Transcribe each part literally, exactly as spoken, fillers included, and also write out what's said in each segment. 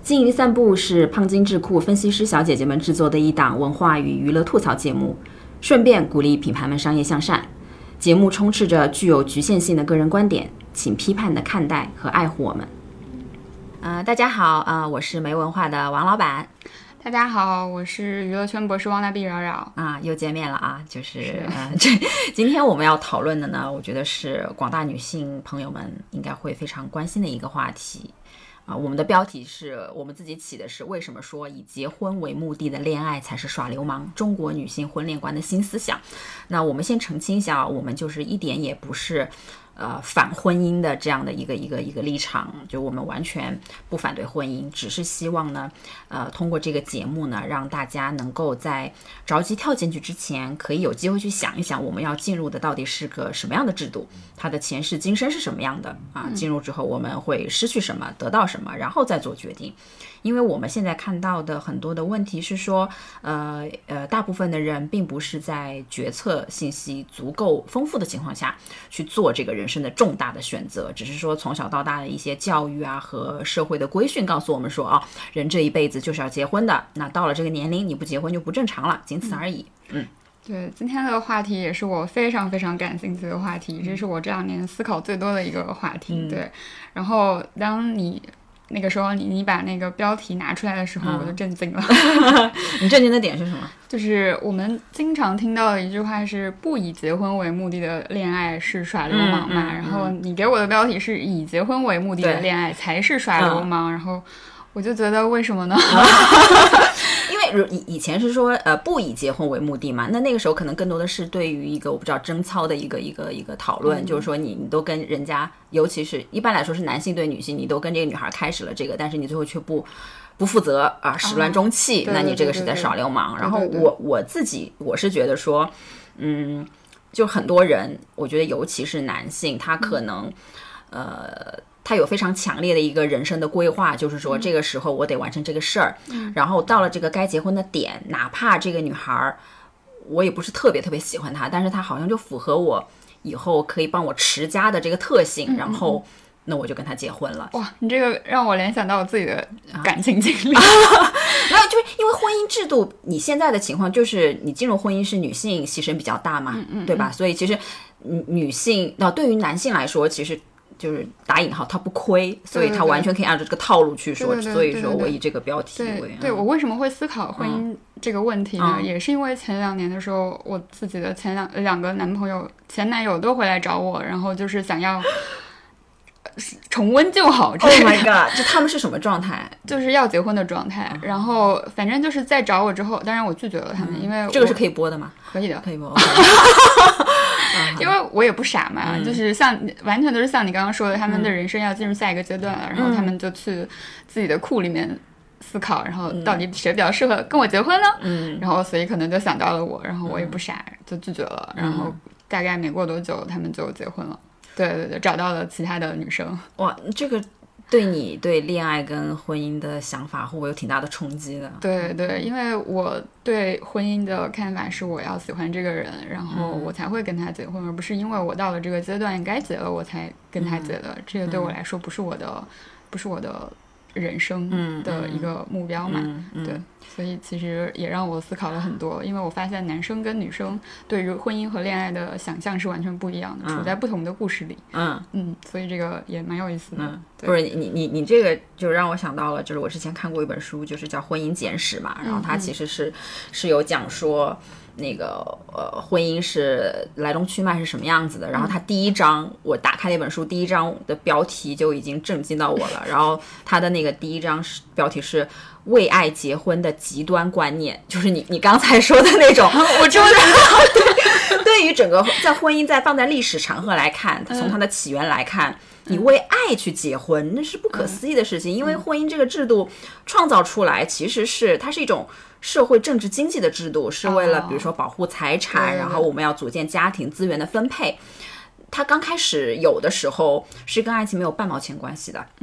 经营散步是胖金智库分析师小姐姐们制作的一档文化与娱乐吐槽节目，顺便鼓励品牌们商业向善。节目充斥着具有局限性的个人观点，请批判地看待和爱护我们。呃，大家好，呃，我是没文化的王老板。 大家好，我是娱乐圈博士汪大碧扰扰啊，又见面了啊！就是是呃，这今天我们要讨论的呢，我觉得是广大女性朋友们应该会非常关心的一个话题啊。我们的标题是我们自己起的是为什么说以结婚为目的的恋爱才是耍流氓？中国女性婚恋观的新思想。那我们先澄清一下，我们就是一点也不是。呃，反婚姻的这样的一个一个一个立场，就我们完全不反对婚姻，只是希望呢，呃，通过这个节目呢，让大家能够在着急跳进去之前，可以有机会去想一想，我们要进入的到底是个什么样的制度，它的前世今生是什么样的啊？进入之后我们会失去什么，得到什么，然后再做决定。因为我们现在看到的很多的问题是说，呃呃，大部分的人并不是在决策信息足够丰富的情况下去做这个人生的重大的选择，只是说从小到大的一些教育啊和社会的规训告诉我们说啊，人这一辈子就是要结婚的，那到了这个年龄你不结婚就不正常了，仅此而已。嗯。 对，今天的话题也是我非常非常感兴趣的话题，这是我这两年思考最多的一个话题。嗯、对，然后当你那个时候你你把那个标题拿出来的时候，我就震惊了。 你震惊的点是什么？ 就是我们经常听到的一句话是不以结婚为目的的恋爱是耍流氓嘛、嗯嗯嗯、然后你给我的标题是以结婚为目的的恋爱才是耍流氓、嗯、然后我就觉得为什么呢？ 因为以以前是说呃不以结婚为目的嘛，那那个时候可能更多的是对于一个我不知道贞操的一个一个一个讨论、嗯、就是说你你都跟人家，尤其是一般来说是男性对女性，你都跟这个女孩开始了这个，但是你最后却不不负责啊，始乱终弃、哦、那你这个是在耍流氓。然后我我自己我是觉得说嗯就很多人我觉得尤其是男性他可能、嗯、呃他有非常强烈的一个人生的规划，就是说这个时候我得完成这个事儿、嗯、然后到了这个该结婚的点，哪怕这个女孩我也不是特别特别喜欢她，但是她好像就符合我以后可以帮我持家的这个特性、嗯、然后那我就跟她结婚了。 哇，你这个让我联想到我自己的感情经历、 啊、没有，就是因为婚姻制度你现在的情况就是你进入婚姻是女性牺牲比较大嘛、嗯嗯嗯、对吧？所以其实女性那对于男性来说其实就是打引号他不亏，所以他完全可以按照这个套路去说， 对对对， 所以说我以这个标题为对, 对, 对、嗯、我为什么会思考婚姻这个问题呢、嗯、也是因为前两年的时候我自己的前两两个男朋友前男友都回来找我，然后就是想要重温旧好。 Oh my god， 就他们是什么状态？ 就是要结婚的状态、嗯、然后反正就是在找我之后，当然我拒绝了他们、嗯、因为这个是可以播的吗？ 可以的， 可以播。 因为我也不傻嘛、嗯、就是像完全都是像你刚刚说的，他们的人生要进入下一个阶段了、嗯、然后他们就去自己的库里面思考，然后到底谁比较适合跟我结婚呢？嗯，然后所以可能就想到了我，然后我也不傻就拒绝了、嗯、然后大概没过多久他们就结婚了。对对对，找到了其他的女生。 哇，这个对你对恋爱跟婚姻的想法会不会有挺大的冲击的？ 对对，因为我对婚姻的看法是我要喜欢这个人，然后我才会跟他结婚、嗯、而不是因为我到了这个阶段该结了我才跟他结的、嗯、这个对我来说不是我的、嗯、不是我的人生的一个目标嘛、嗯嗯、对，所以其实也让我思考了很多，因为我发现男生跟女生对于婚姻和恋爱的想象是完全不一样的、嗯、处在不同的故事里。嗯嗯，所以这个也蛮有意思的。嗯， 不是你你你这个就让我想到了，就是我之前看过一本书，就是叫《婚姻简史》嘛，然后它其实是、嗯、是有讲说那个呃，婚姻是来龙去脉是什么样子的。然后他第一章、嗯、我打开那本书第一章的标题就已经震惊到我了。然后他的那个第一章是标题是为爱结婚的极端观念，就是你你刚才说的那种我知道对，对于整个在婚姻在放在历史长河来看，从它的起源来看、嗯、你为爱去结婚那是不可思议的事情、嗯、因为婚姻这个制度创造出来其实是它是一种社会政治经济的制度，是为了比如说保护财产、哦、然后我们要组建家庭资源的分配。它刚开始有的时候是跟爱情没有半毛钱关系的。嗯，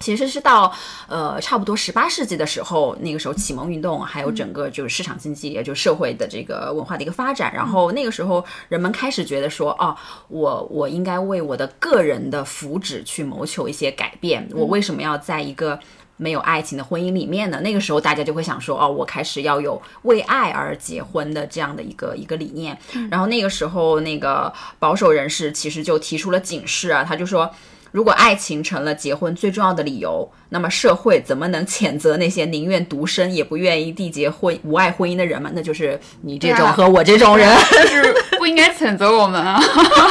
其实是到呃差不多十八世纪的时候，那个时候启蒙运动还有整个就是市场经济，也就社会的这个文化的一个发展，然后那个时候人们开始觉得说，哦，我我应该为我的个人的福祉去谋求一些改变，我为什么要在一个没有爱情的婚姻里面呢？那个时候大家就会想说，哦，我开始要有为爱而结婚的这样的一个一个理念。然后那个时候那个保守人士其实就提出了警示啊，他就说，如果爱情成了结婚最重要的理由，那么社会怎么能谴责那些宁愿独身也不愿意缔结婚无爱婚姻的人们？那就是你这种和我这种人， 就是不应该谴责我们啊。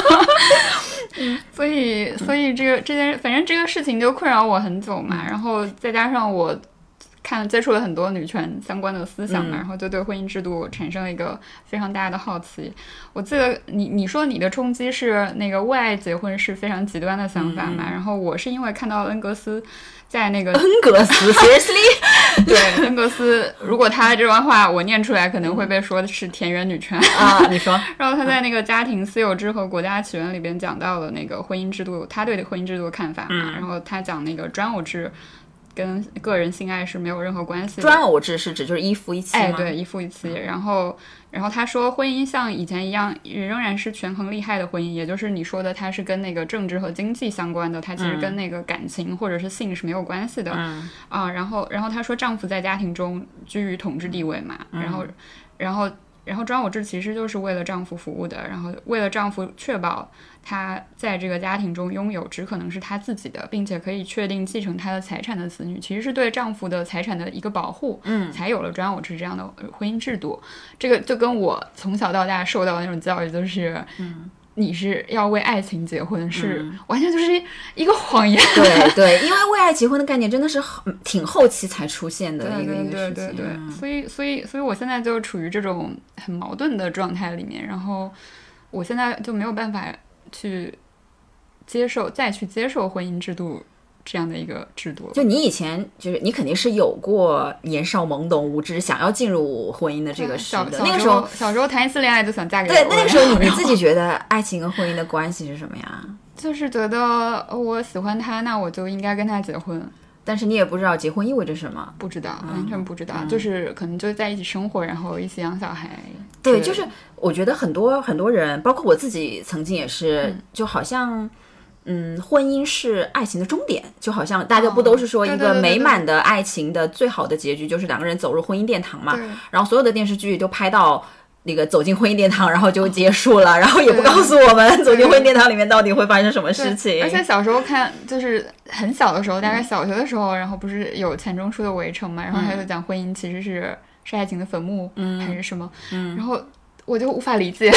所以，所以这个这件，反正这个事情就困扰我很久嘛。然后再加上我看接触了很多女权相关的思想嘛，嗯、然后就对婚姻制度产生了一个非常大的好奇。我记得你你说你的冲击是那个为爱结婚是非常极端的想法嘛，嗯、然后我是因为看到恩格斯在那个恩格斯 seriously 对恩格斯，如果他这段话我念出来可能会被说的是田园女权啊，你说。 然后他在那个家庭私有制和国家起源里边讲到了那个婚姻制度，他对婚姻制度的看法嘛，嗯、然后他讲那个专偶制跟个人性爱是没有任何关系的。 专偶制是指就是一夫一妻吗？ 哎，对，一夫一妻。然后，然后他说，婚姻像以前一样，仍然是权衡利害的婚姻，也就是你说的，它是跟那个政治和经济相关的，它其实跟那个感情或者是性是没有关系的。嗯啊，然后，然后他说，丈夫在家庭中居于统治地位嘛，嗯、然后，然后。然后专偶制其实就是为了丈夫服务的，然后为了丈夫确保他在这个家庭中拥有只可能是他自己的，并且可以确定继承他的财产的子女，其实是对丈夫的财产的一个保护，嗯，才有了专偶制这样的婚姻制度。这个就跟我从小到大受到的那种教育就是，嗯。你是要为爱情结婚，是完全就是一个谎言。 嗯、对对，因为为爱结婚的概念真的是挺后期才出现的一个一个事情。 对对对对，所以所以所以我现在就处于这种很矛盾的状态里面，然后我现在就没有办法去接受，再去接受婚姻制度这样的一个制度。 就你以前就是你肯定是有过年少懵懂无知想要进入婚姻的这个时的，那个时候小时候谈一次恋爱就想嫁给我。 对，那个时候你你自己觉得爱情跟婚姻的关系是什么呀？ 就是觉得我喜欢他，那我就应该跟他结婚。 但是你也不知道结婚意味着什么， 不知道，完全不知道，嗯、就是可能就在一起生活，然后一起养小孩。 对，就是我觉得很多很多人，包括我自己，曾经也是，嗯、就好像。嗯，婚姻是爱情的终点，就好像大家不都是说一个美满的爱情的最好的结局就是两个人走入婚姻殿堂嘛？然后所有的电视剧都拍到那个走进婚姻殿堂，然后就结束了，然后也不告诉我们走进婚姻殿堂里面到底会发生什么事情。 而且小时候看，就是很小的时候，大概小学的时候，然后不是有钱钟书的《围城》嘛，然后他就讲婚姻其实是是爱情的坟墓，嗯、还是什么，嗯、然后我就无法理解。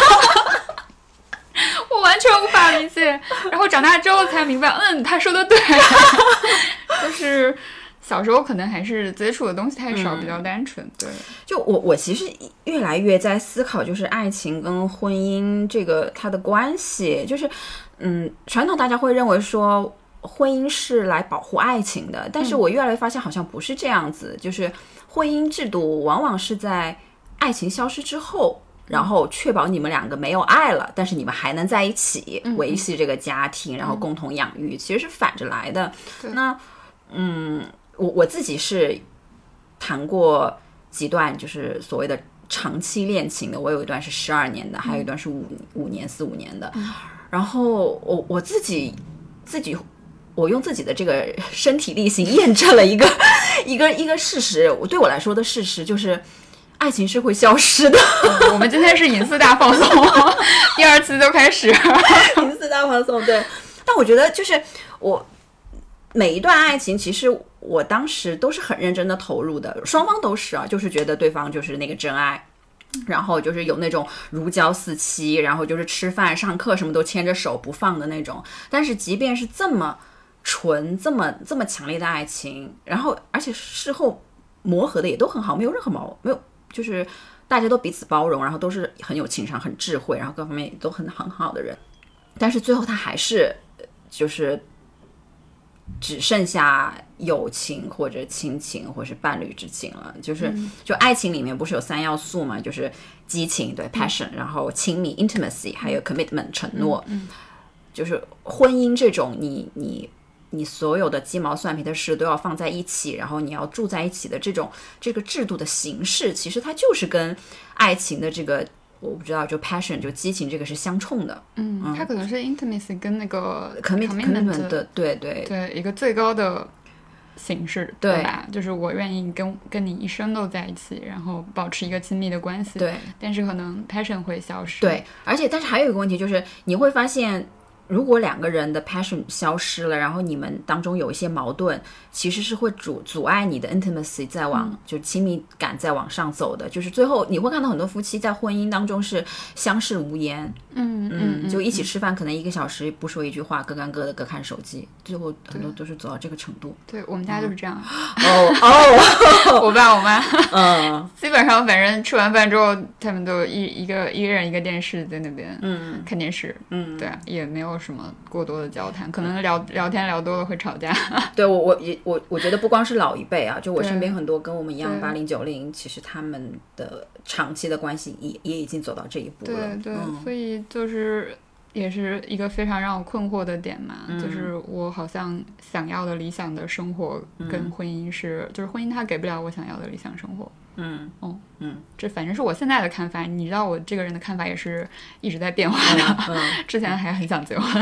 我完全无法理解，然后长大之后才明白，嗯，他说的对，就是小时候可能还是接触的东西太少，嗯、比较单纯。对， 就我我其实越来越在思考，就是爱情跟婚姻这个它的关系，就是嗯，传统大家会认为说婚姻是来保护爱情的，但是我越来越发现好像不是这样子，嗯、就是婚姻制度往往是在爱情消失之后。然后确保你们两个没有爱了，但是你们还能在一起维系这个家庭，嗯、然后共同养育，其实是反着来的。那，嗯，我我自己是谈过几段就是所谓的长期恋情的，我有一段是十二年的，还有一段是五五年四五年的。嗯、然后我我自己自己。我用自己的这个身体力行验证了一个一个一个事实，对我来说的事实就是。爱情是会消失的。 嗯、我们今天是隐私大放送，第二次就开始隐私大放送。对，但我觉得就是我每一段爱情，其实我当时都是很认真的投入的，双方都是啊，就是觉得对方就是那个真爱。然后就是有那种如胶似漆，然后就是吃饭上课什么都牵着手不放的那种。但是即便是这么纯这么这么强烈的爱情，然后而且事后磨合的也都很好，没有任何毛没有就是大家都彼此包容，然后都是很有情商很智慧，然后各方面也都很很好的人，但是最后他还是就是只剩下友情或者亲情或是伴侣之情了。就是就爱情里面不是有三要素嘛，就是激情对 passion， 然后亲密 intimacy， 还有 commitment 承诺。就是婚姻这种你你你所有的鸡毛蒜皮的事都要放在一起，然后你要住在一起的这种这个制度的形式，其实它就是跟爱情的这个我不知道就 passion 就激情这个是相冲的。 嗯，嗯它可能是 intimacy 跟那个 commitment 的对对对一个最高的形式， 对, 对吧？就是我愿意跟跟你一生都在一起，然后保持一个亲密的关系。 对， 但是可能 passion 会消失。 对，而且但是还有一个问题就是你会发现如果两个人的 passion 消失了，然后你们当中有一些矛盾，其实是会阻阻碍你的 intimacy 再往、嗯、就亲密感再往上走的。就是最后你会看到很多夫妻在婚姻当中是相视无言， 嗯嗯, 嗯，就一起吃饭可能一个小时不说一句话，各干各的，各看手机，最后很多都是走到这个程度。 对，我们家就是这样。 哦哦， 我爸我妈， 嗯， 基本上反正吃完饭之后，他们都一一个一个人一个电视在那边， 嗯， 看电视， 嗯， 对，也没有什么过多的交谈，可能聊聊天聊多了会吵架。 对，我我我我觉得不光是老一辈啊，就我身边很多跟我们一样八零九零，其实他们的长期的关系也也已经走到这一步了。 对对、 嗯， 所以就是也是一个非常让我困惑的点嘛、嗯、就是我好像想要的理想的生活跟婚姻是、嗯、就是婚姻它给不了我想要的理想生活。 嗯哦嗯， 这反正是我现在的看法，你知道我这个人的看法也是一直在变化的、 嗯嗯、 之前还很想结婚。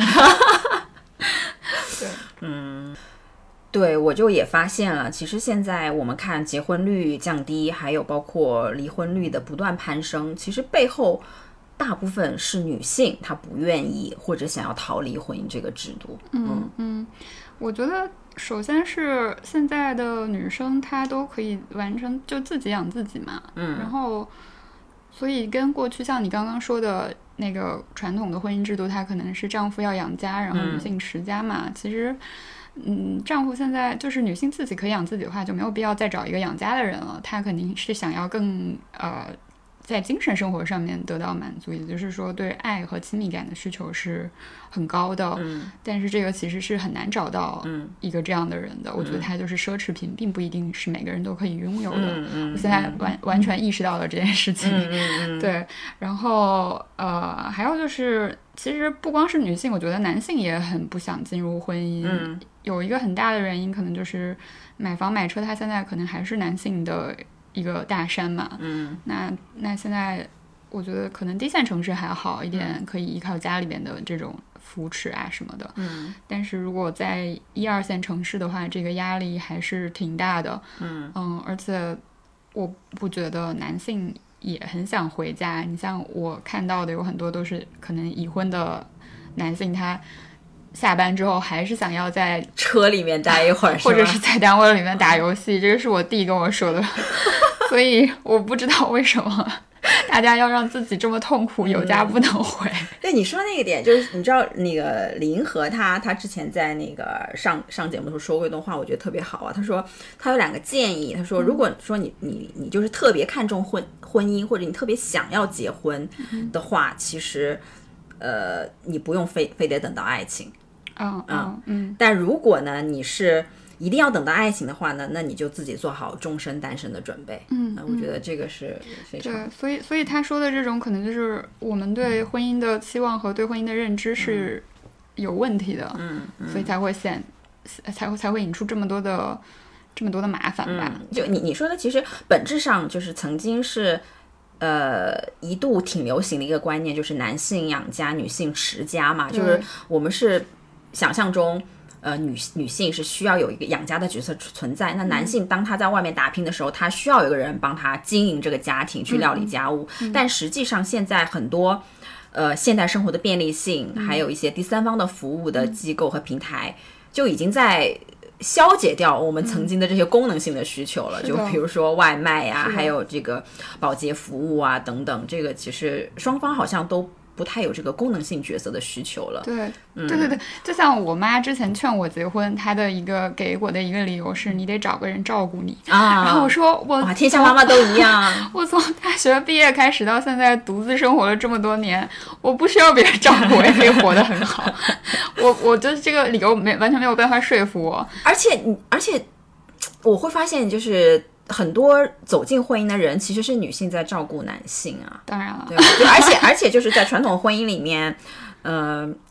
对， 嗯，对，我就也发现了，其实现在我们看结婚率降低，还有包括离婚率的不断攀升，其实背后大部分是女性她不愿意或者想要逃离婚姻这个制度。 嗯嗯，我觉得首先是现在的女生她都可以完成就自己养自己嘛， 嗯， 然后所以跟过去像你刚刚说的那个传统的婚姻制度，它可能是丈夫要养家，然后女性持家嘛、嗯、其实嗯，丈夫现在就是女性自己可以养自己的话，就没有必要再找一个养家的人了，她肯定是想要更呃在精神生活上面得到满足，也就是说对爱和亲密感的需求是很高的、 嗯、 但是这个其实是很难找到一个这样的人的、嗯、我觉得它就是奢侈品，并不一定是每个人都可以拥有的、 嗯嗯、 我现在完完全意识到了这件事情、 嗯嗯嗯、 对，然后呃还有就是其实不光是女性，我觉得男性也很不想进入婚姻、 嗯、 有一个很大的原因可能就是买房买车，它现在可能还是男性的一个大山嘛， 嗯， 那那现在我觉得可能低线城市还好一点、嗯、可以依靠家里边的这种扶持啊什么的， 嗯， 但是如果在一二线城市的话，这个压力还是挺大的， 嗯嗯，而且我不觉得男性也很想回家，你像我看到的有很多都是可能已婚的男性，他下班之后还是想要在车里面待一会儿， 或者是在单位里面打游戏，这个是我弟跟我说的。所以我不知道为什么大家要让自己这么痛苦，有家不能回、嗯、 对，你说那个点就是你知道那个李银河他他之前在那个上上节目的时候说过一段话，我觉得特别好啊。他说他有两个建议，他说如果说你你你就是特别看重婚婚姻，或者你特别想要结婚的话、嗯、其实呃你不用非非得等到爱情， 嗯嗯嗯， 但如果呢你是一定要等到爱情的话呢，那你就自己做好终身单身的准备。 嗯， 我觉得这个是非常对，所以所以他说的这种可能就是我们对婚姻的期望和对婚姻的认知是有问题的， 嗯，嗯所以才会显才会才会引出这么多的这么多的麻烦吧。 嗯、就你你说的，其实本质上就是曾经是呃一度挺流行的一个观念，就是男性养家，女性持家嘛，就是我们是想象中。呃，女女性是需要有一个养家的角色存在，那男性当他在外面打拼的时候，他需要有个人帮他经营这个家庭，去料理家务。 嗯嗯、 但实际上，现在很多呃现代生活的便利性，嗯、还有一些第三方的服务的机构和平台，嗯、就已经在消解掉我们曾经的这些功能性的需求了。嗯、就比如说外卖呀、啊，还有这个保洁服务啊等等，这个其实双方好像都不太有这个功能性角色的需求了。 对， 嗯、 对对对，就像我妈之前劝我结婚，她的一个给我的一个理由是你得找个人照顾你啊。 然后我说我哇，天下妈妈都一样。 我从大学毕业开始到现在独自生活了这么多年，我不需要别人照顾，我也可以活得很好。我我觉得这个理由没完全没有办法说服我。 而且而且我会发现就是。很多走进婚姻的人其实是女性在照顾男性啊， 当然了， 对吧？而且而且就是在传统婚姻里面，呃，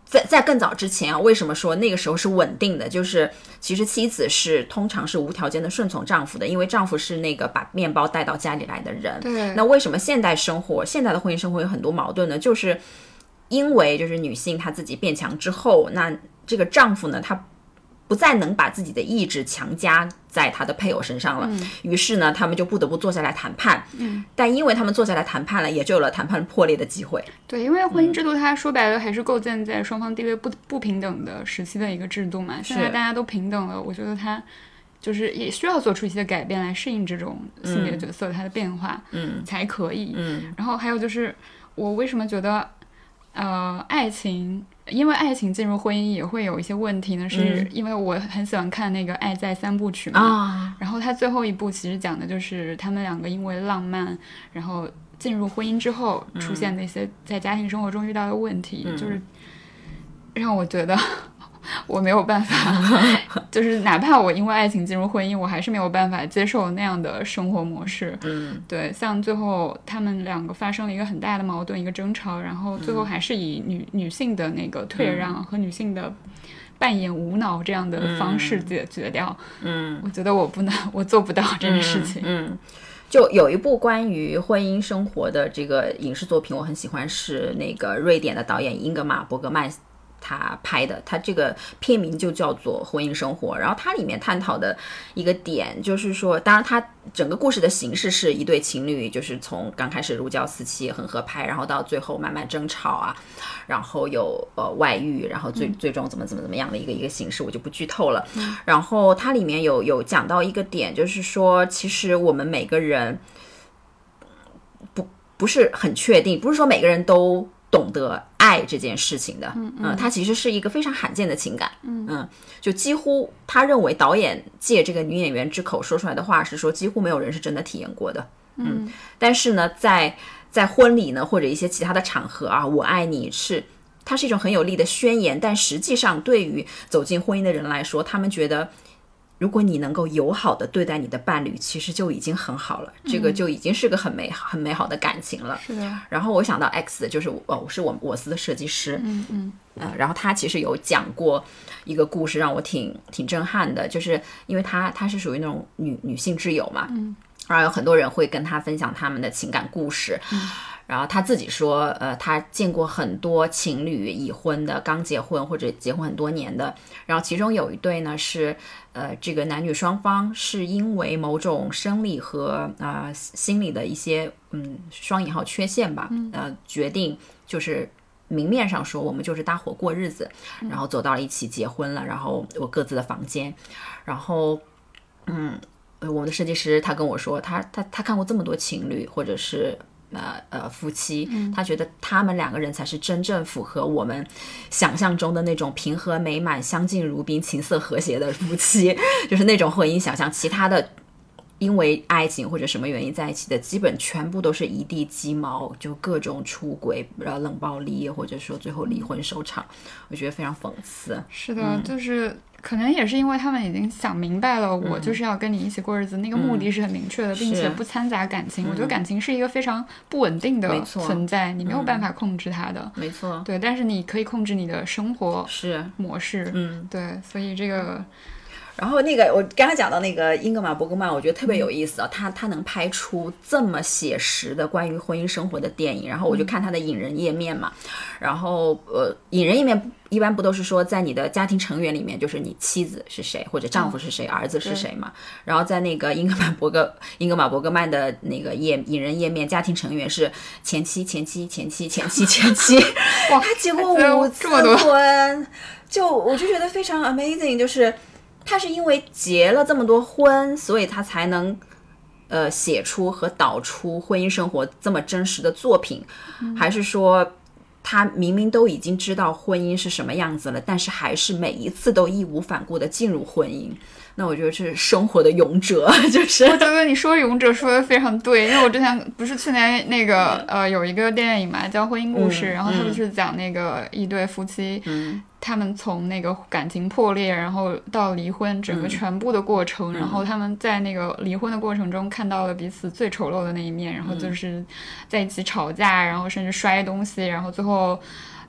在在更早之前啊，为什么说那个时候是稳定的？就是其实妻子是通常是无条件的顺从丈夫的，因为丈夫是那个把面包带到家里来的人。 对。 那为什么现代生活、现代的婚姻生活有很多矛盾呢？就是因为就是女性她自己变强之后，那这个丈夫呢，他不再能把自己的意志强加在他的配偶身上了，嗯、于是呢，他们就不得不坐下来谈判。嗯，但因为他们坐下来谈判了，也就有了谈判破裂的机会。 对，因为婚姻制度它说白了还是构建在双方地位不不平等的时期的一个制度嘛。现在大家都平等了，我觉得它就是也需要做出一些改变来适应这种性别角色它的变化，嗯，才可以。嗯，然后还有就是我为什么觉得呃爱情。因为爱情进入婚姻也会有一些问题呢，是因为我很喜欢看那个《爱在三部曲》嘛，啊、然后它最后一部其实讲的就是他们两个因为浪漫，然后进入婚姻之后出现的一些在家庭生活中遇到的问题，嗯、就是让我觉得我没有办法，就是哪怕我因为爱情进入婚姻，我还是没有办法接受那样的生活模式。嗯，对，像最后他们两个发生了一个很大的矛盾，一个争吵，然后最后还是以女、嗯、女性的那个退让和女性的扮演无脑这样的方式解决掉。嗯，我觉得我不能，我做不到这个事情。 嗯。嗯，就有一部关于婚姻生活的这个影视作品我很喜欢，是那个瑞典的导演英格玛·伯格曼他拍的，他这个片名就叫做婚姻生活。然后它里面探讨的一个点就是说，当然它整个故事的形式是一对情侣，就是从刚开始如胶似漆很合拍，然后到最后慢慢争吵啊，然后有呃外遇，然后最最终怎么怎么怎么样的一个一个形式，我就不剧透了。嗯、然后它里面有有讲到一个点，就是说其实我们每个人不不是很确定，不是说每个人都懂得爱这件事情的，嗯嗯，它其实是一个非常罕见的情感，嗯嗯，就几乎他认为导演借这个女演员之口说出来的话是说，几乎没有人是真的体验过的，嗯，嗯但是呢，在在婚礼呢或者一些其他的场合啊，我爱你是它是一种很有力的宣言，但实际上对于走进婚姻的人来说，他们觉得如果你能够友好的对待你的伴侣，其实就已经很好了，这个就已经是个很美好很美好的感情了。 是的。然后我想到 X 就是哦，是我我司的设计师， 嗯嗯， 呃，然后他其实有讲过一个故事，让我挺挺震撼的，就是因为他他是属于那种女女性之友嘛，嗯，然后有很多人会跟他分享他们的情感故事。嗯然后他自己说，呃，他见过很多情侣已婚的、刚结婚或者结婚很多年的，然后其中有一对呢是，呃，这个男女双方是因为某种生理和啊、呃、心理的一些嗯双引号缺陷吧，呃，决定就是明面上说我们就是搭伙过日子，然后走到了一起结婚了，然后有各自的房间，然后嗯，我们的设计师他跟我说，他他他看过这么多情侣或者是。呃呃，夫妻，他觉得他们两个人才是真正符合我们想象中的那种平和美满、相敬如宾、琴瑟和谐的夫妻，就是那种婚姻想象。其他的，因为爱情或者什么原因在一起的，基本全部都是一地鸡毛，就各种出轨、然后冷暴力，或者说最后离婚收场。我觉得非常讽刺。 是的，嗯、就是。可能也是因为他们已经想明白了，我就是要跟你一起过日子，嗯、那个目的是很明确的，嗯、并且不掺杂感情。我觉得感情是一个非常不稳定的存在，你没有办法控制它的。 没错， 对，但是你可以控制你的生活模式。 嗯， 对，所以这个。 然后那个我刚才讲到那个英格玛·伯格曼，我觉得特别有意思啊，他他能拍出这么写实的关于婚姻生活的电影，然后我就看他的引人页面嘛，然后呃，引人页面一般不都是说在你的家庭成员里面，就是你妻子是谁或者丈夫是谁，儿子是谁嘛？然后在那个英格玛·伯格英格玛·伯格曼的那个页引人页面，家庭成员是前妻、前妻、前妻、前妻、前妻，哇，他结过五次婚，就我就觉得非常 amazing， 就是。他是因为结了这么多婚，所以他才能呃写出和导出婚姻生活这么真实的作品，嗯、还是说他明明都已经知道婚姻是什么样子了，但是还是每一次都义无反顾的进入婚姻？那我觉得是生活的勇者，就是我觉得你说勇者说的非常对，因为我之前不是去年那个、嗯、呃有一个电影嘛叫《婚姻故事》，嗯、然后他们是讲那个一对夫妻。嗯他们从那个感情破裂，然后到离婚，整个全部的过程，嗯、然后他们在那个离婚的过程中看到了彼此最丑陋的那一面，然后就是在一起吵架，然后甚至摔东西，然后最后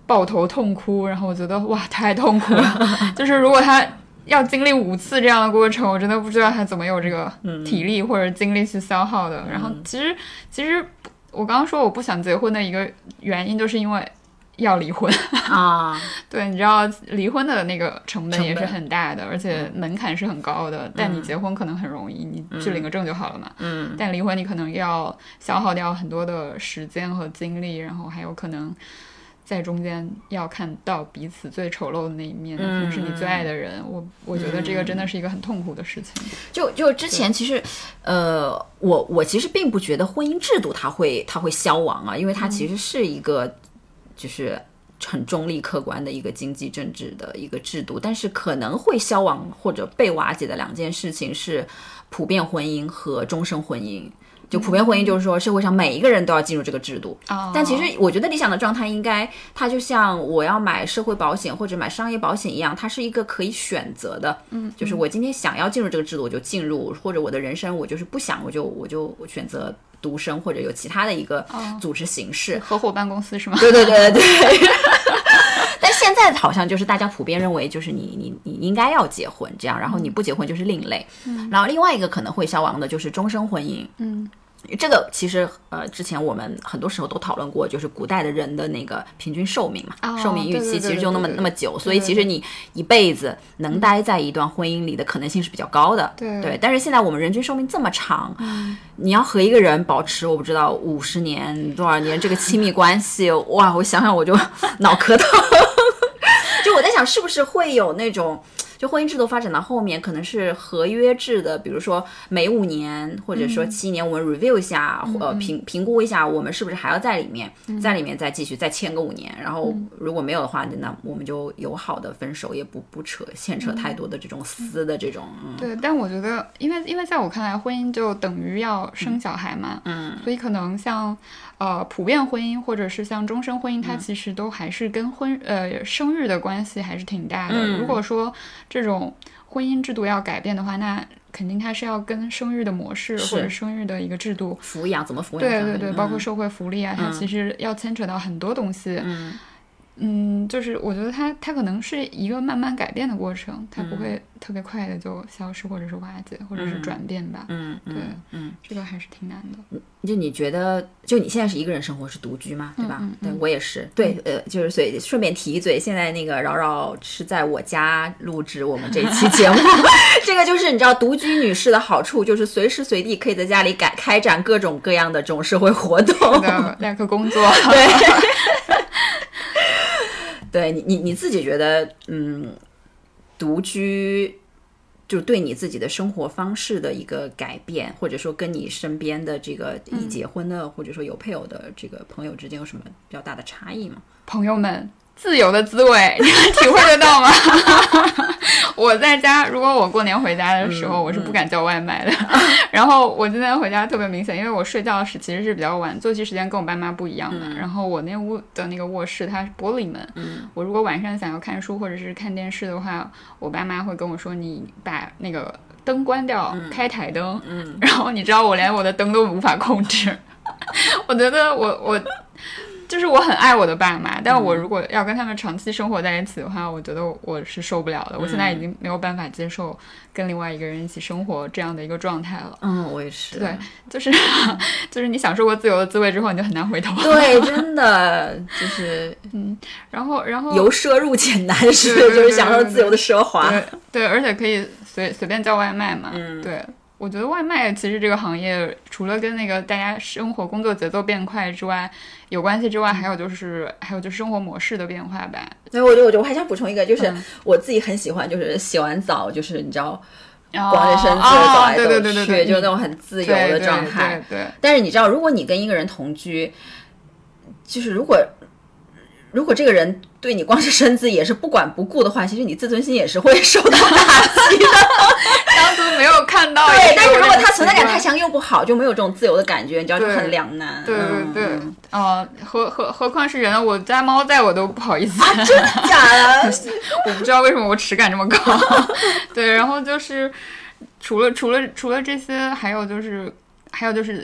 抱头痛哭，然后我觉得哇太痛苦了就是如果他要经历五次这样的过程，我真的不知道他怎么有这个体力或者精力去消耗的、嗯、然后其实其实我刚刚说我不想结婚的一个原因就是因为要离婚啊， 对，你知道离婚的那个成本也是很大的，而且门槛是很高的、嗯、但你结婚可能很容易、嗯、你去领个证就好了嘛， 嗯， 但离婚你可能要消耗掉很多的时间和精力，然后还有可能在中间要看到彼此最丑陋的那一面，可能是你最爱的人，我我觉得这个真的是一个很痛苦的事情。 就就之前其实，呃，我我其实并不觉得婚姻制度它会它会消亡啊，因为它其实是一个就是很中立客观的一个经济政治的一个制度，但是可能会消亡或者被瓦解的两件事情是普遍婚姻和终身婚姻。就普遍婚姻就是说社会上每一个人都要进入这个制度、哦、但其实我觉得理想的状态应该它就像我要买社会保险或者买商业保险一样，它是一个可以选择的，嗯，就是我今天想要进入这个制度我就进入，或者我的人生我就是不想我就我就选择独生或者有其他的一个组织形式、 哦、合伙办公司是吗？ 对对对对对但现在好像就是大家普遍认为就是你你你应该要结婚这样，然后你不结婚就是另类、嗯、然后另外一个可能会消亡的就是终身婚姻， 嗯， 这个其实呃，之前我们很多时候都讨论过，就是古代的人的那个平均寿命嘛， 哦、 寿命预期其实就那么那么久， 对对对对， 所以其实你一辈子能待在一段婚姻里的可能性是比较高的。 对对，但是现在我们人均寿命这么长， 嗯、 你要和一个人保持我不知道五十年多少年这个亲密关系，哇，我想想我就脑壳疼。就我在想，是不是会有那种？就婚姻制度发展到后面可能是合约制的，比如说每五年或者说七年我们 review 一下、嗯、呃评评估一下我们是不是还要在里面、嗯、在里面再继续再签个五年，然后如果没有的话那我们就友好的分手，也不不扯牵扯太多的这种私的这种、嗯、 对，但我觉得因为因为在我看来婚姻就等于要生小孩嘛， 嗯， 所以可能像呃普遍婚姻或者是像终身婚姻它其实都还是跟婚呃生育的关系还是挺大的、嗯、如果说这种婚姻制度要改变的话，那肯定它是要跟生育的模式或者生育的一个制度抚养怎么抚养， 对对对、 嗯、 包括社会福利啊、嗯、它其实要牵扯到很多东西， 嗯嗯，就是我觉得它它可能是一个慢慢改变的过程，它不会特别快的就消失或者是瓦解或者是转变吧， 嗯嗯对， 嗯， 这个还是挺难的。 就你觉得就你现在是一个人生活是独居吗？对吧？ 嗯嗯、 对，我也是。对，呃，就是所以顺便提一嘴，现在那个扰扰是在我家录制我们这一期节目。这个就是你知道独居女士的好处，就是随时随地可以在家里改开展各种各样的这种社会活动。 是的，两个工作。 对。对你你你自己觉得，嗯，独居就对你自己的生活方式的一个改变，或者说跟你身边的这个已结婚的、嗯、或者说有配偶的这个朋友之间有什么比较大的差异吗？ 朋友们，自由的滋味，你能体会得到吗？我在家，如果我过年回家的时候，嗯、我是不敢叫外卖的。嗯、然后我今天回家特别明显，因为我睡觉时其实是比较晚，作息时间跟我爸妈不一样的。嗯、然后我那屋的那个卧室它是玻璃门， 嗯、 我如果晚上想要看书或者是看电视的话，我爸妈会跟我说你把那个灯关掉， 嗯、 开台灯。 嗯、 然后你知道我连我的灯都无法控制，我觉得我我。就是我很爱我的爸妈，但我如果要跟他们长期生活在一起的话，嗯、我觉得我是受不了的。我现在已经没有办法接受跟另外一个人一起生活这样的一个状态了。 嗯，我也是。 对，就是就是你享受过自由的滋味之后，你就很难回头。 对，真的就是嗯，然后然后由奢入俭难是，就是享受自由的奢华。 对 对, 对，而且可以随随便叫外卖嘛。 嗯， 对。我觉得外卖其实这个行业除了跟那个大家生活工作节奏变快之外有关系之外，还有就是还有就是生活模式的变化吧。 所以我觉得我觉得我还想补充一个，就是我自己很喜欢就是洗完澡就是你知道光着身子走来走去， 哦、对对对对， 就那种很自由的状态。 对 对, 对, 对, 对。 但是你知道，如果你跟一个人同居，就是如果如果这个人对你光着身子也是不管不顾的话，其实你自尊心也是会受到打击的。 当初没有看到。 对，但是如果他存在感太强又不好，就没有这种自由的感觉，你知道就很两难。 对对对，嗯、呃，何何何况是人，我家猫在我都不好意思。 啊、真的假的？ 我不知道为什么我耻感这么高。对，然后就是除了除了除了这些，还有就是还有就是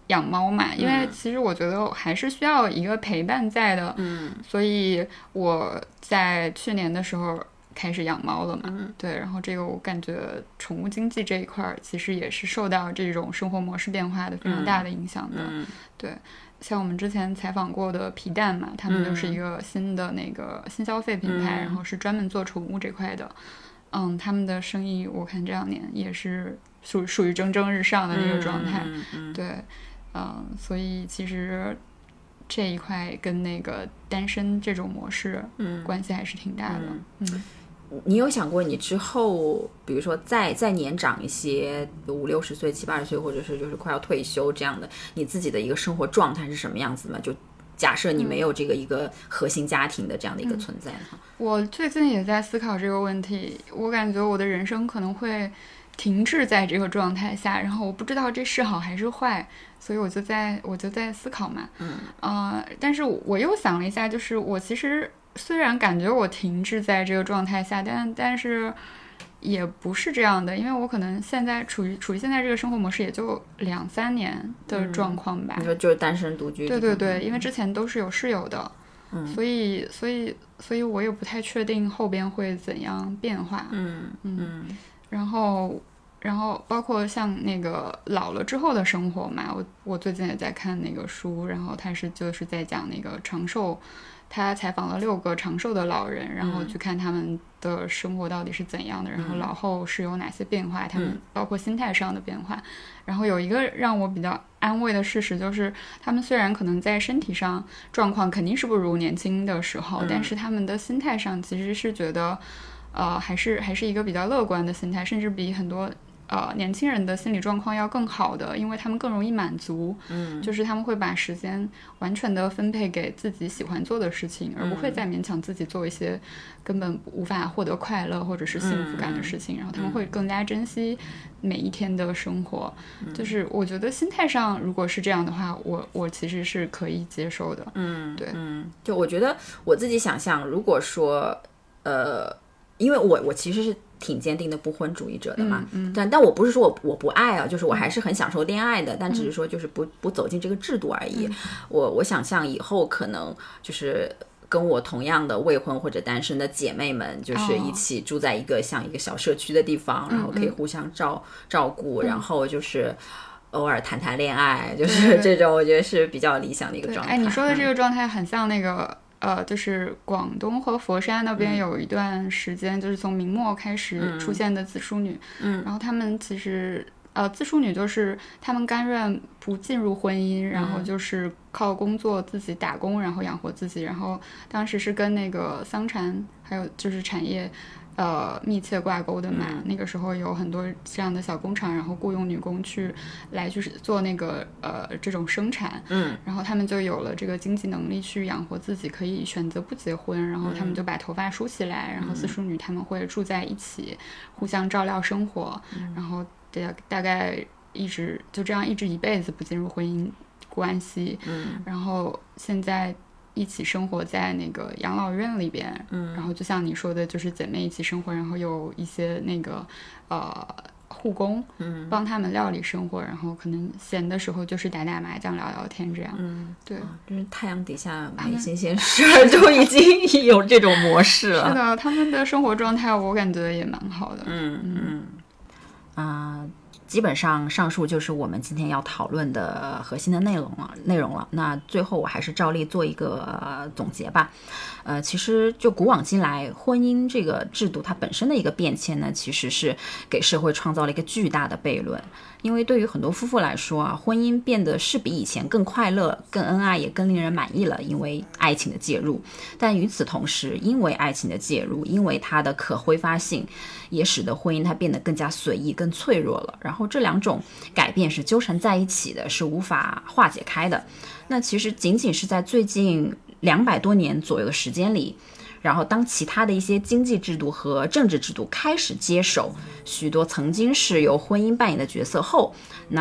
养猫嘛，因为其实我觉得还是需要一个陪伴在的， 嗯， 所以我在去年的时候开始养猫了嘛， 嗯、 对，然后这个我感觉宠物经济这一块其实也是受到这种生活模式变化的非常大的影响的， 嗯、 对，像我们之前采访过的皮蛋嘛，他们就是一个新的那个新消费品牌， 嗯、 然后是专门做宠物这块的，嗯，他们的生意我看这两年也是属属于蒸蒸日上的那个状态， 嗯嗯、 对，嗯，所以其实这一块跟那个单身这种模式关系还是挺大的，嗯。嗯你有想过你之后比如说再再年长一些五六十岁七八十岁或者是就是快要退休这样的你自己的一个生活状态是什么样子吗？就假设你没有这个一个核心家庭的这样的一个存在、嗯、 我最近也在思考这个问题，我感觉我的人生可能会停滞在这个状态下，然后我不知道这是好还是坏，所以我就在我就在思考嘛， 嗯呃，但是我又想了一下，就是我其实虽然感觉我停滞在这个状态下，但但是也不是这样的，因为我可能现在处于处于现在这个生活模式也就两三年的状况吧、 嗯、你说就是单身独居， 对对对，因为之前都是有室友的、 嗯、 所以所以所以我也不太确定后边会怎样变化， 嗯嗯，然后然后包括像那个老了之后的生活嘛，我我最近也在看那个书，然后他是就是在讲那个长寿，他采访了六个长寿的老人，然后去看他们的生活到底是怎样的、嗯、然后老后是有哪些变化、嗯、他们包括心态上的变化、嗯、然后有一个让我比较安慰的事实就是他们虽然可能在身体上状况肯定是不如年轻的时候、嗯、但是他们的心态上其实是觉得呃，还是还是一个比较乐观的心态，甚至比很多呃，年轻人的心理状况要更好的，因为他们更容易满足， 嗯， 就是他们会把时间完全的分配给自己喜欢做的事情，而不会再勉强自己做一些根本无法获得快乐或者是幸福感的事情，嗯、然后他们会更加珍惜每一天的生活。嗯、就是我觉得心态上如果是这样的话，我我其实是可以接受的。 嗯， 对， 嗯，就我觉得我自己想象，如果说呃，因为我我其实是挺坚定的不婚主义者的嘛， 嗯嗯、 但但我不是说我我不爱啊，就是我还是很享受恋爱的，嗯、但只是说就是不不走进这个制度而已。嗯、我我想象以后可能就是跟我同样的未婚或者单身的姐妹们，就是一起住在一个像一个小社区的地方，哦、然后可以互相照照顾，嗯、然后就是偶尔谈谈恋爱，就是这种我觉得是比较理想的一个状态。 哎，你说的这个状态很像那个。嗯呃，就是广东和佛山那边有一段时间，嗯、就是从明末开始出现的自梳女， 嗯， 然后他们其实，呃，自梳女就是他们甘愿不进入婚姻，然后就是靠工作自己打工，然后养活自己，然后当时是跟那个桑蚕还有就是产业。呃，密切挂钩的嘛、嗯，那个时候有很多这样的小工厂，然后雇佣女工去来去做那个呃这种生产， 嗯， 然后他们就有了这个经济能力去养活自己，可以选择不结婚，然后他们就把头发梳起来，嗯、然后自梳女他们会住在一起，互相照料生活，嗯、然后大大概一直就这样一直一辈子不进入婚姻关系， 嗯， 然后现在。一起生活在那个养老院里边， 嗯， 然后就像你说的，就是姐妹一起生活，然后有一些那个呃护工， 嗯， 帮他们料理生活，然后可能闲的时候就是打打麻将、聊聊天这样， 嗯， 对， 哦、就是太阳底下没新鲜事儿，就已经有这种模式了。 是的，他们的生活状态我感觉也蛮好的， 嗯嗯啊。呃基本上上述就是我们今天要讨论的核心的内容了。内容了。那最后我还是照例做一个、呃、总结吧。呃，其实就古往今来，婚姻这个制度它本身的一个变迁呢，其实是给社会创造了一个巨大的悖论。因为对于很多夫妇来说啊，婚姻变得是比以前更快乐、更恩爱，也更令人满意了，因为爱情的介入。但与此同时，因为爱情的介入，因为它的可挥发性，也使得婚姻它变得更加随意、更脆弱了。然后这两种改变是纠缠在一起的，是无法化解开的。那其实仅仅是在最近两百多年左右的时间里，然后当其他的一些经济制度和政治制度开始接手许多曾经是由婚姻扮演的角色后，那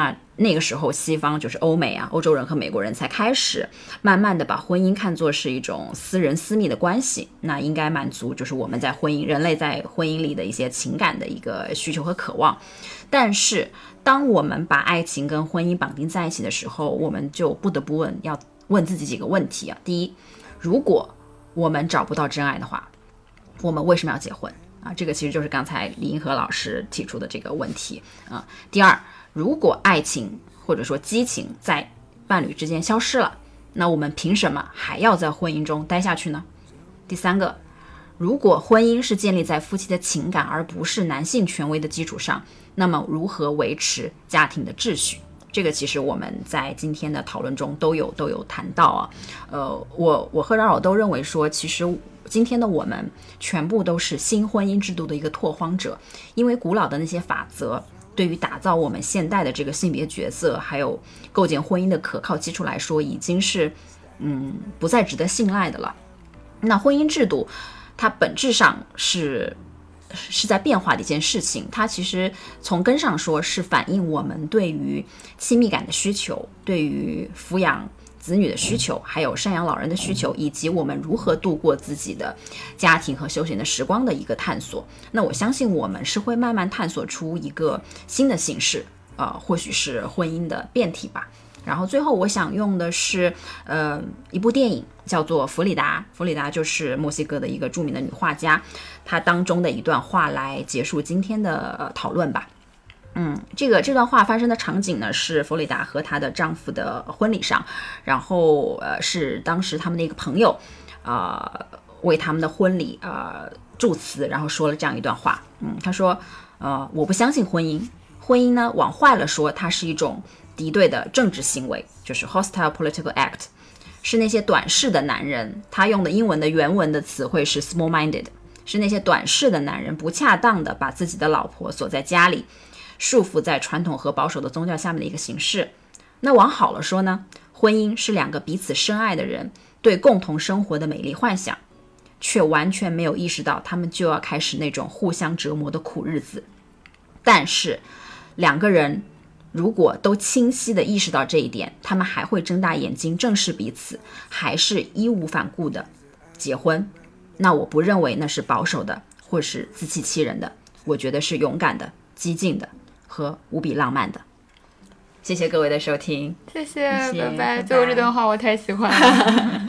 那个时候西方就是欧美啊，欧洲人和美国人才开始慢慢的把婚姻看作是一种私人私密的关系，那应该满足就是我们在婚姻人类在婚姻里的一些情感的一个需求和渴望。但是当我们把爱情跟婚姻绑定在一起的时候，我们就不得不问要问自己几个问题啊。第一，如果我们找不到真爱的话，我们为什么要结婚啊？这个其实就是刚才李银河老师提出的这个问题啊。第二，如果爱情或者说激情在伴侣之间消失了，那我们凭什么还要在婚姻中待下去呢？第三个，如果婚姻是建立在夫妻的情感而不是男性权威的基础上，那么如何维持家庭的秩序？这个其实我们在今天的讨论中都有都有谈到啊。呃，我我和饶饶都认为说，其实今天的我们全部都是新婚姻制度的一个拓荒者，因为古老的那些法则对于打造我们现代的这个性别角色还有构建婚姻的可靠基础来说，已经是嗯不再值得信赖的了。那婚姻制度它本质上是是在变化的一件事情，它其实从根上说是反映我们对于亲密感的需求，对于抚养子女的需求，还有赡养老人的需求，以及我们如何度过自己的家庭和休闲的时光的一个探索。那我相信我们是会慢慢探索出一个新的形式，呃，或许是婚姻的变体吧。然后最后我想用的是呃一部电影叫做《弗里达》，弗里达就是墨西哥的一个著名的女画家，她当中的一段话来结束今天的、呃、讨论吧。嗯，这个这段话发生的场景呢是弗里达和她的丈夫的婚礼上，然后呃是当时他们的一个朋友呃为他们的婚礼呃祝词，然后说了这样一段话。嗯，他说呃我不相信婚姻，婚姻呢往坏了说它是一种敌对的政治行为，就是 hostile political act， 是那些短视的男人，他用的英文的原文的词汇是 small minded， 是那些短视的男人不恰当的把自己的老婆锁在家里，束缚在传统和保守的宗教下面的一个形式。那往好了说呢，婚姻是两个彼此深爱的人对共同生活的美丽幻想，却完全没有意识到他们就要开始那种互相折磨的苦日子。但是两个人如果都清晰地意识到这一点，他们还会睁大眼睛正视彼此，还是义无反顾地结婚。那我不认为那是保守的或是自欺欺人的，我觉得是勇敢的、激进的和无比浪漫的。谢谢各位的收听， 谢谢， 谢谢拜拜。 拜拜最后这段话我太喜欢了。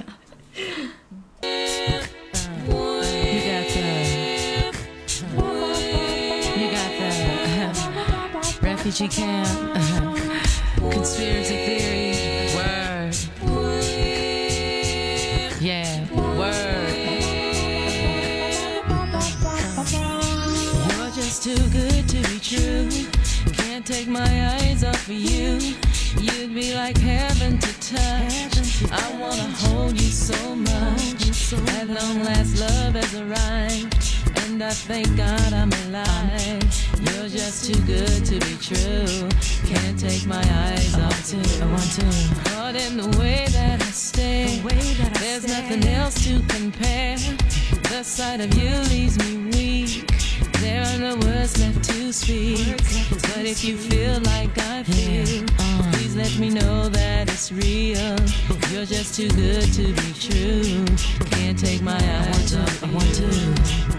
Refugee camp, uh, conspiracy theory, word, yeah, word. You're just too good to be true. Can't take my eyes off of you. You'd be like heaven to touch. I wanna hold you so much. At long last, love has arrived, and I thank God I'm alive. You're just too good to be true. Can't take my eyes off you. I want to. Caught in the way that I stay. There's nothing else to compare. The sight of you leaves me weak. There are no words left to speak. But if you feel like I feel, please let me know that it's real. You're just too good to be true. Can't take my eyes off you. I want to.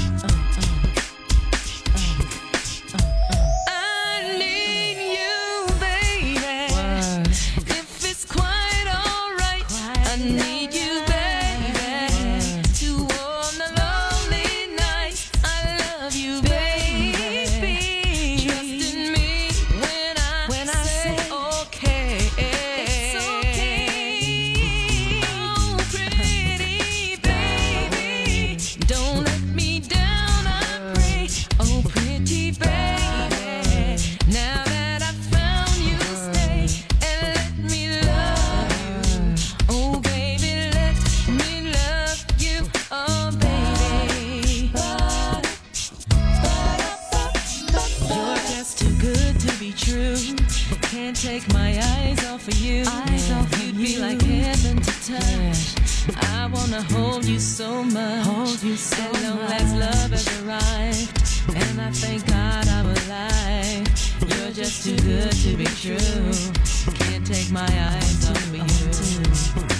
Can't take my eyes off of you. Eyes off You'd be you. Like heaven to touch. I wanna hold you so much. Hold you so much. At long last love has arrived, and I thank God I'm alive. You're You're just too good to be true. Can't take my eyes off of you.